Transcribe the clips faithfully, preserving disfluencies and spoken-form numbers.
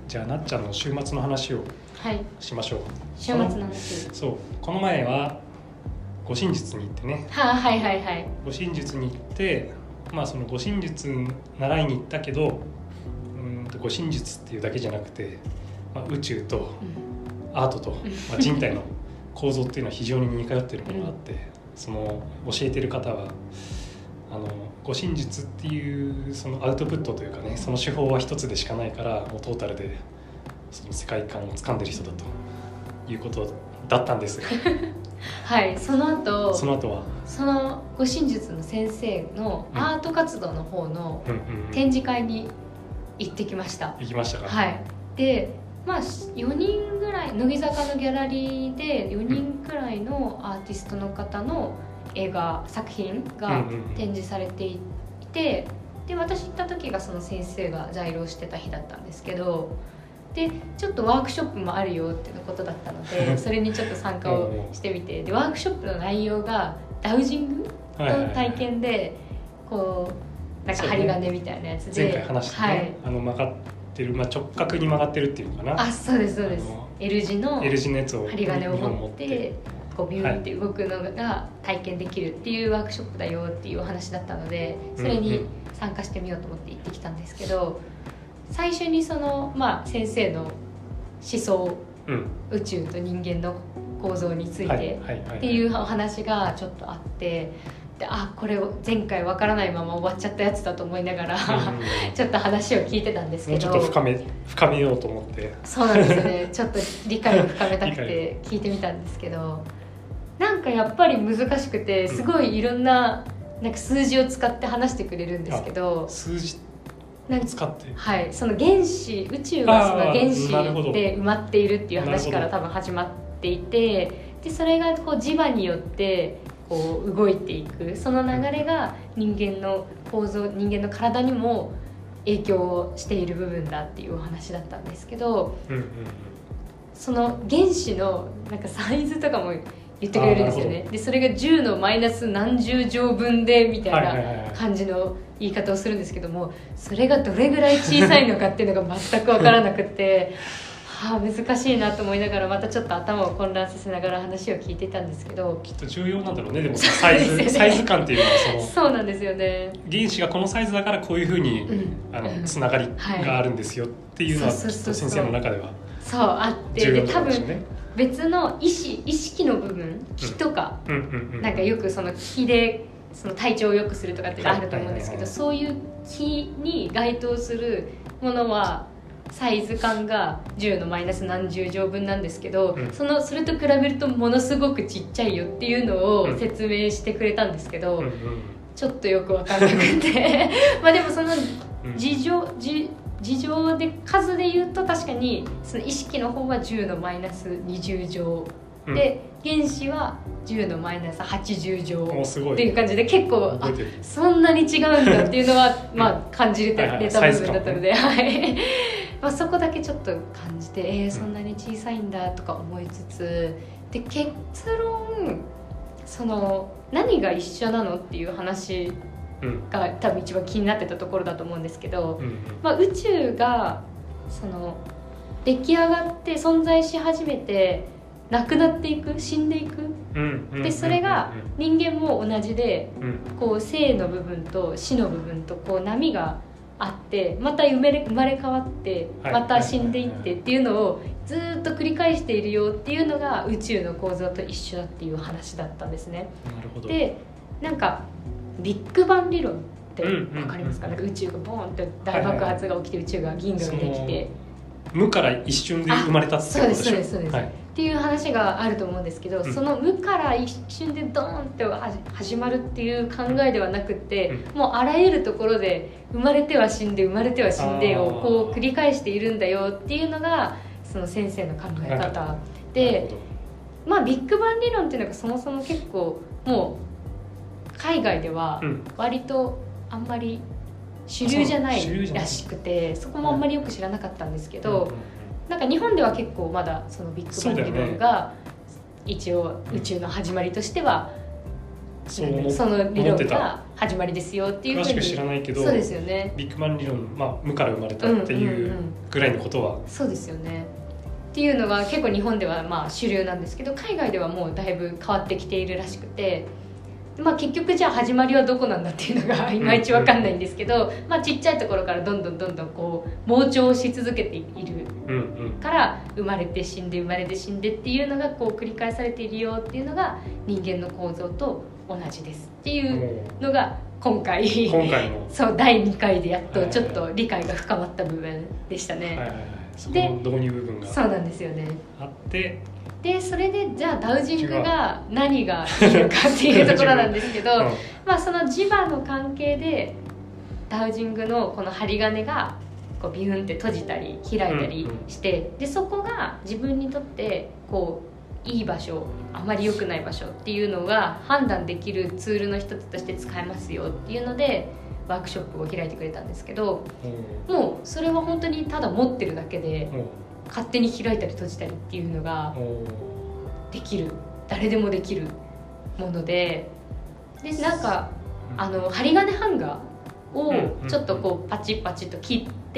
じゃあなっちゃんの週末の話をしましょう。 週末の話。 そう、この前は護身術に行ってね。 はあ、はいはいはい。 護身術に行って、まあその護身術習いに行ったけど、うんと護身術っていうだけじゃなくて、まあ、宇宙とアートと、まあ、人体の構造っていうのは非常に似通ってるものがあって、うん、その教えてる方はあの護身術っていうそのアウトプットというかね、その手法は一つでしかないから、もうトータルでその世界観を掴んでる人だということだったんですがはい、その後その後はその護身術の先生のアート活動の方の展示会に行ってきました。 行きましたか。 はい。で、まあよにんぐらい、乃木坂のギャラリーでよにんくらいのアーティストの方の映画作品が展示されていて、で私行った時がその先生が在廊してた日だったんですけど、でちょっとワークショップもあるよっていうことだったのでそれにちょっと参加をしてみて、でワークショップの内容がダウジングの体験で、こうなんか針金みたいなやつで、 前回話したね、はい、あの曲がってる、まあ、直角に曲がってるっていうのかな。 あ、そうですそうです。 L 字の L 字のやつを針金を持ってこうビューって動くのが体験できるっていうワークショップだよっていうお話だったので、それに参加してみようと思って行ってきたんですけど、最初にその、まあ、先生の思想、うん、宇宙と人間の構造についてっていうお話がちょっとあって、で、あ、これ前回わからないまま終わっちゃったやつだと思いながら、うん、ちょっと話を聞いてたんですけど、 もうちょっと深め、深めようと思って。 そうなんですよねちょっと理解を深めたくて聞いてみたんですけど、なんかやっぱり難しくて、すごいいろんな、なんか数字を使って話してくれるんですけど、 数字使って、 はい、その原子、宇宙はその原子で埋まっているっていう話から多分始まっていて、でそれがこう磁場によってこう動いていく、その流れが人間の構造、人間の体にも影響をしている部分だっていうお話だったんですけど、うんうんうん、その原子のなんかサイズとかも言ってくれるんですよね。でそれがじゅうのマイナス何十乗分でみたいな感じの言い方をするんですけども、それがどれぐらい小さいのかっていうのが全く分からなくてはあ、難しいなと思いながら、またちょっと頭を混乱させながら話を聞いてたんですけど、 きっと重要なんだろうね。でもサイズ、ね、サイズ感っていうのはそのそうなんですよね。 原子がこのサイズだからこういうふうに、うん、あのつながりがあるんですよっていうのはきっと先生の中ではそうあって、で多分別の意識、意識の部分、気とか、うん、なんかよくその気でその体調を良くするとかってあると思うんですけど、そういう気に該当するものはサイズ感がじゅうのマイナス何十乗分なんですけど、うん、そのそれと比べるとものすごくちっちゃいよっていうのを説明してくれたんですけど、うんうん、ちょっとよく分からなくてまあでもその事情、事事情で数で言うと確かにその意識の方はじゅうのマイナスにじゅう乗、うん、で原子はじゅうのマイナスはちじゅう乗っていう感じで、結構あそんなに違うんだっていうのはまあ感じれた部分だったので、はいまあそこだけちょっと感じて、えー、そんなに小さいんだとか思いつつ、で結論その何が一緒なのっていう話が多分一番気になってたところだと思うんですけど、うんまあ、宇宙がその出来上がって存在し始めてなくなっていく、死んでいく、うん、でそれが人間も同じで、うん、こう生の部分と死の部分とこう波があって、また生まれ、生まれ変わってまた死んでいってっていうのをずっと繰り返しているよっていうのが宇宙の構造と一緒だっていう話だったんですね。 なるほど。 でなんかビッグバン理論って分かりますか、うんうんうん、なんか宇宙がボーンって大爆発が起きて宇宙が銀河ができて、 無から一瞬で生まれたってことでしょ。 そうですそうですそうです、はい、っていう話があると思うんですけど、うん、その無から一瞬でドーンって始まるっていう考えではなくて、うん、もうあらゆるところで生まれては死んで生まれては死んでをこう繰り返しているんだよっていうのがその先生の考え方で、まあビッグバン理論っていうのがそもそも結構もう海外では割とあんまり主流じゃないらしくて、そこもあんまりよく知らなかったんですけど、なんか日本では結構まだそのビッグバン理論が一応宇宙の始まりとしてはそうその理論が始まりですよっていうふうに。 詳しく知らないけど、 そうですよね、 ビッグバン理論、まあ、無から生まれたっていうぐらいのことは、 うんうんうん、そうですよねっていうのが結構日本ではまあ主流なんですけど、海外ではもうだいぶ変わってきているらしくて、まあ、結局じゃあ始まりはどこなんだっていうのがいまいち分かんないんですけど、まあ、ちっちゃいところからどんどんどんどんこう膨張し続けているから生まれて死んで生まれて死んでっていうのがこう繰り返されているよっていうのが人間の構造と同じですっていうのが今回今回のそうだいにかいでやっとちょっと理解が深まった部分でしたね。 はいはいはい、そこの導入部分がそうなんですよね。 あってでそれでじゃあダウジングが何がいいのかっていうところなんですけど、うん、まあその磁場の関係でダウジングのこの針金がこうビューンって閉じたり開いたりして、うんうん、でそこが自分にとってこういい場所あまり良くない場所っていうのが判断できるツールの一つとして使えますよっていうのでワークショップを開いてくれたんですけど、うん、もうそれは本当にただ持ってるだけで、うん、勝手に開いたり閉じたりっていうのができる、誰でもできるもので、でなんかあの針金ハンガーをちょっとこうパチッパチッと切って、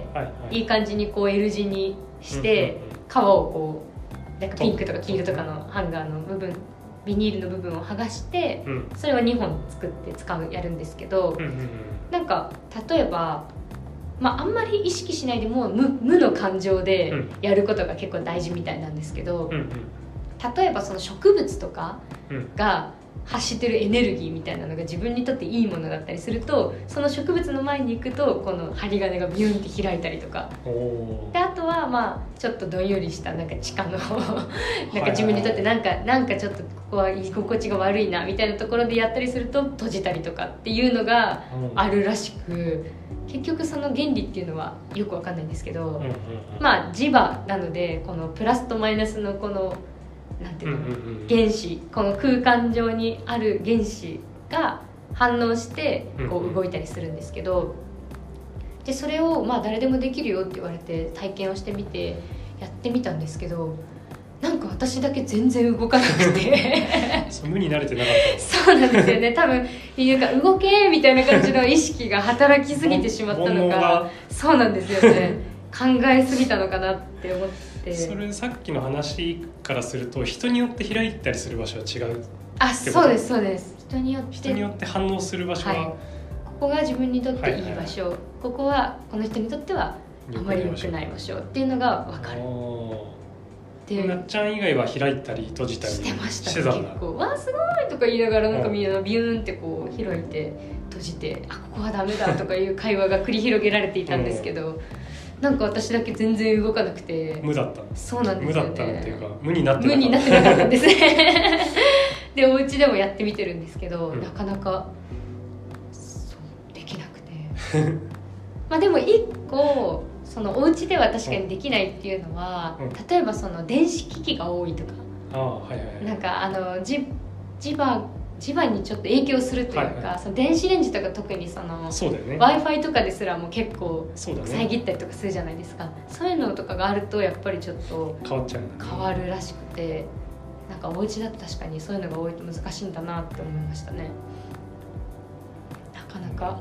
いい感じにこう L 字にして皮をこうなんかピンクとか黄色とかのハンガーの部分、ビニールの部分を剥がしてそれをにほん作って使うやるんですけど、なんか例えばまあ、あんまり意識しないでも 無, 無の感情でやることが結構大事みたいなんですけど、うんうん、例えばその植物とかが発してるエネルギーみたいなのが自分にとっていいものだったりすると、その植物の前に行くとこの針金がビュンって開いたりとかで、あとはまあちょっとどんよりしたなんか地下のなんか自分にとってなんか、なんかちょっとここは居心地が悪いなみたいなところでやったりすると閉じたりとかっていうのがあるらしく、結局その原理っていうのはよくわかんないんですけど、うんうんうん、まあ磁場なのでこのプラスとマイナスのこのなんていうの、うんうんうん、原子、この空間上にある原子が反応してこう動いたりするんですけど、でそれをまあ誰でもできるよって言われて体験をしてみてやってみたんですけど、なんか私だけ全然動かなくてそう無に慣れてなかったそうなんですよね。多分なんか動けみたいな感じの意識が働きすぎてしまったのかそうなんですよね考えすぎたのかなって思って、 それさっきの話からすると人によって開いたりする場所は違うってこと？ あ、そうですそうです。人によって人によって反応する場所は、はい、ここが自分にとっていい場所、はいはい、ここはこの人にとってはあまり良くない場所っていうのが分かる。 なっちゃん以外は開いたり閉じたりしてましたね。結構わーすごいとか言いながらなんかみんなビューンってこう開いて閉じて、あここはダメだとかいう会話が繰り広げられていたんですけど、なんか私だけ全然動かなくて無だった。 そうなんですよね。 無だったっていうか無になってなかった。 無になってなかったんですねでお家でもやってみてるんですけど、うん、なかなかそうできなくてまあでも一個そのお家では確かにできないっていうのは、うん、例えばその電子機器が多いとか、 あ、はいはい、 なんかあの磁場磁場にちょっと影響するというか、はいはい、その電子レンジとか特にそのそうだよね、 Wi-Fi とかですらも結構遮ったりとかするじゃないですか。そういうのとかがあるとやっぱりちょっと変わっちゃう、ね、 変わるらしくて、なんかお家だと確かにそういうのが多いと難しいんだなって思いましたね。なかなか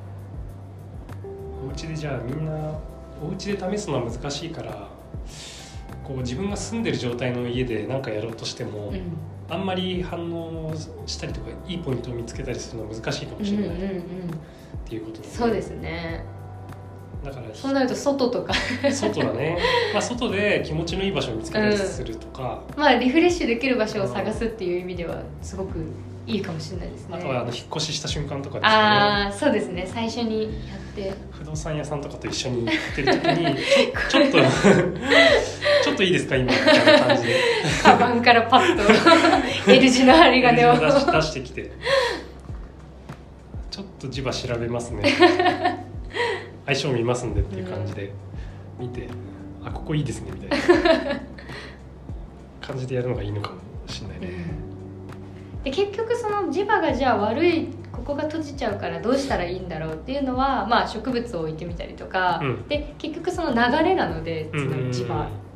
お家でじゃあみんなお家で試すのは難しいから、こう自分が住んでる状態の家で何かやろうとしても、うん、あんまり反応したりとかいいポイントを見つけたりするのは難しいかもしれない、うんうんうん、っていうことですね。 そうですね。 だからそうなると外とか外だね、まあ、外で気持ちのいい場所を見つけたりするとか、 うん、まあリフレッシュできる場所を探すっていう意味ではすごくいいかもしれないですね。 あとはあの引っ越しした瞬間とかですかね。 ああ、そうですね。最初にやって不動産屋さんとかと一緒に行ってる時にちょっとちょっといいですか今みたいな感じでカバンからパッと L 字の針金を L 字の出してきてちょっと磁場調べますね相性見ますんでっていう感じで見て、うん、あここいいですねみたいな感じでやるのがいいのかもしれないね、 うん、で結局その磁場がじゃあ悪い、ここが閉じちゃうからどうしたらいいんだろうっていうのは、まあ、植物を置いてみたりとか、うん、で結局その流れなのでその磁場っ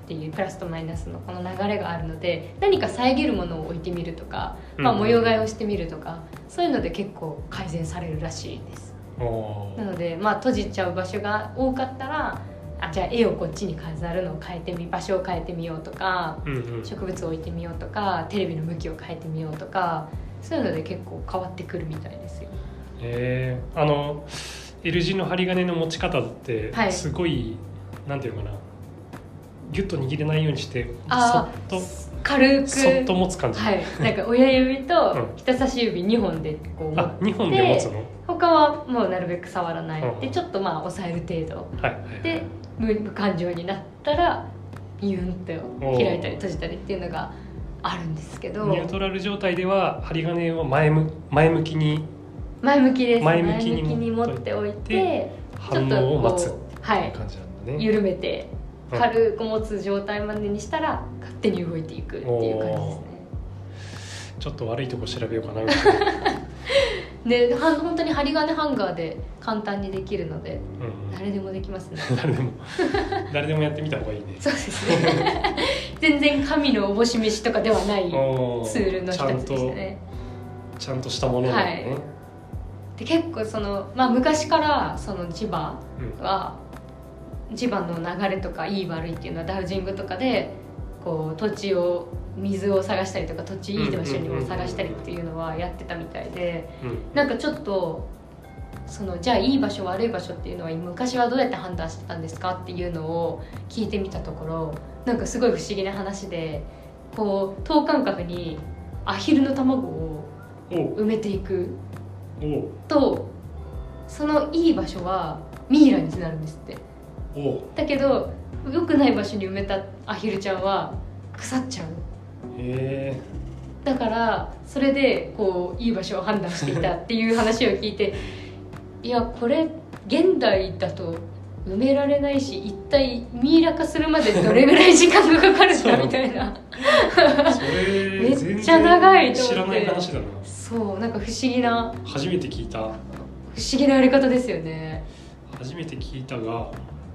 っていうプラスとマイナスのこの流れがあるので、何か遮るものを置いてみるとか、まあ、模様替えをしてみるとか、そういうので結構改善されるらしいです。なので、まあ、閉じちゃう場所が多かったら、あじゃあ絵をこっちに飾るのを変えてみ場所を変えてみようとか、うんうん、植物を置いてみようとか、テレビの向きを変えてみようとか、そういうので結構変わってくるみたいですよ。 へー、あの L 字の針金の持ち方ってすごい、はい、なんていうのかな、ギュッと握れないようにしてそっと軽くそっと持つ感じ、 はい、なんか親指と人差し指にほんでこう持って、 あにほんで持つの、 他はもうなるべく触らない、うん、でちょっとまあ押さえる程度、はいはいはい、で無感情になったらビューンと開いたり閉じたりっていうのがあるんですけど、 ニュートラル状態では針金を前向前向きに前向きです、 前向きに持っておいて反応を待つっていう感じなんだね、 はい、緩めて軽く持つ状態までにしたら勝手に動いていくっていう感じですね。 ちょっと悪いとこ調べようかなで本当に針金ハンガーで簡単にできるので、うん、誰でもできますね誰でも誰でもやってみた方がいいね。 そうですね全然紙のおぼし飯とかではないツールの一つでしたね。 ちゃんとしたものなんだね、はい、 で結構その、まあ、昔からその磁場は、うん、磁場の流れとかいい悪いっていうのはダウジングとかでこう土地を水を探したりとか土地いい場所にも探したりっていうのはやってたみたいで、うん、なんかちょっとそのじゃあいい場所悪い場所っていうのは昔はどうやって判断してたんですかっていうのを聞いてみたところ、なんかすごい不思議な話で、こう等間隔にアヒルの卵を埋めていくとそのいい場所はミイラになるんですって。だけど良くない場所に埋めたアヒルちゃんは腐っちゃう。 へーだからそれでこういい場所を判断していたっていう話を聞いていやこれ現代だと埋められないし、一体ミイラ化するまでどれぐらい時間がかかるんだみたいなそれめっちゃ長いと思って、 知らない話だな。 そう、なんか不思議な初めて聞いた不思議なやり方ですよね。 初めて聞いたが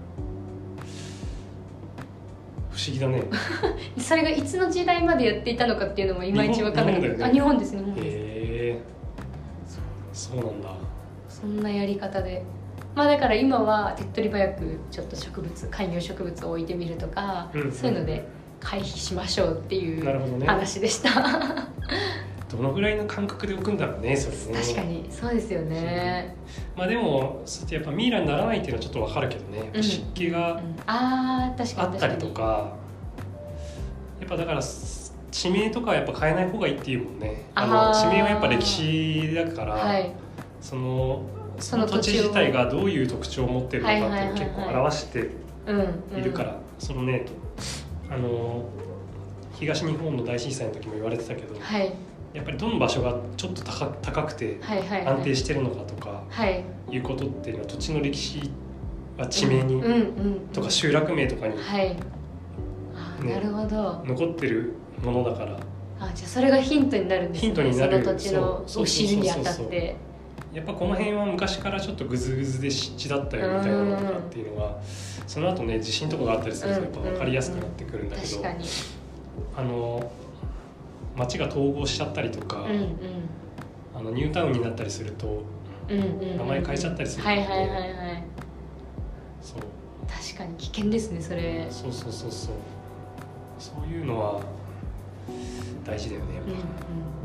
不思議だねそれがいつの時代までやっていたのかっていうのもいまいち分からない。日本だよね。あ、日本です日本です。へえ、そうなんだ。 そんなやり方で、まあだから今は手っ取り早くちょっと植物観葉植物を置いてみるとか、うんうん、そういうので回避しましょうっていう話でした、ね、 どのぐらいの感覚で置くんだろうね、それね。 確かにそうですよね。 まあでもやっぱミイラにならないっていうのはちょっと分かるけどね、うん、湿気があったりとか、やっぱだから地名とかはやっぱ変えない方がいいっていうもんね。あの地名はやっぱ歴史だから、はい、そのその土地自体がどういう特徴を持ってるのかっていうのを結構表しているから、そのね、あの東日本の大震災の時も言われてたけど、はい、やっぱりどの場所がちょっと 高, 高くて安定してるのかとか、はい、いうことっていうのは土地の歴史は地名に、うんうんうん、とか集落名とかに、はいね、なるほど、残ってるものだから、 あ、じゃあそれがヒントになるんですね。 ヒントになる、 その土地のお尻に当たって。 やっぱこの辺は昔からちょっとグズグズで湿地だったよみたいなのとかっていうのが、その後ね地震とかがあったりするとやっぱ分かりやすくなってくるんだけど、うんうんうん、あの町が統合しちゃったりとか、うんうん、あのニュータウンになったりすると、うんうん、名前変えちゃったりするので、はいはいはいはい、そう確かに危険ですねそれ。 そうそうそうそう、そういうのは大事だよねやっぱ、うんうん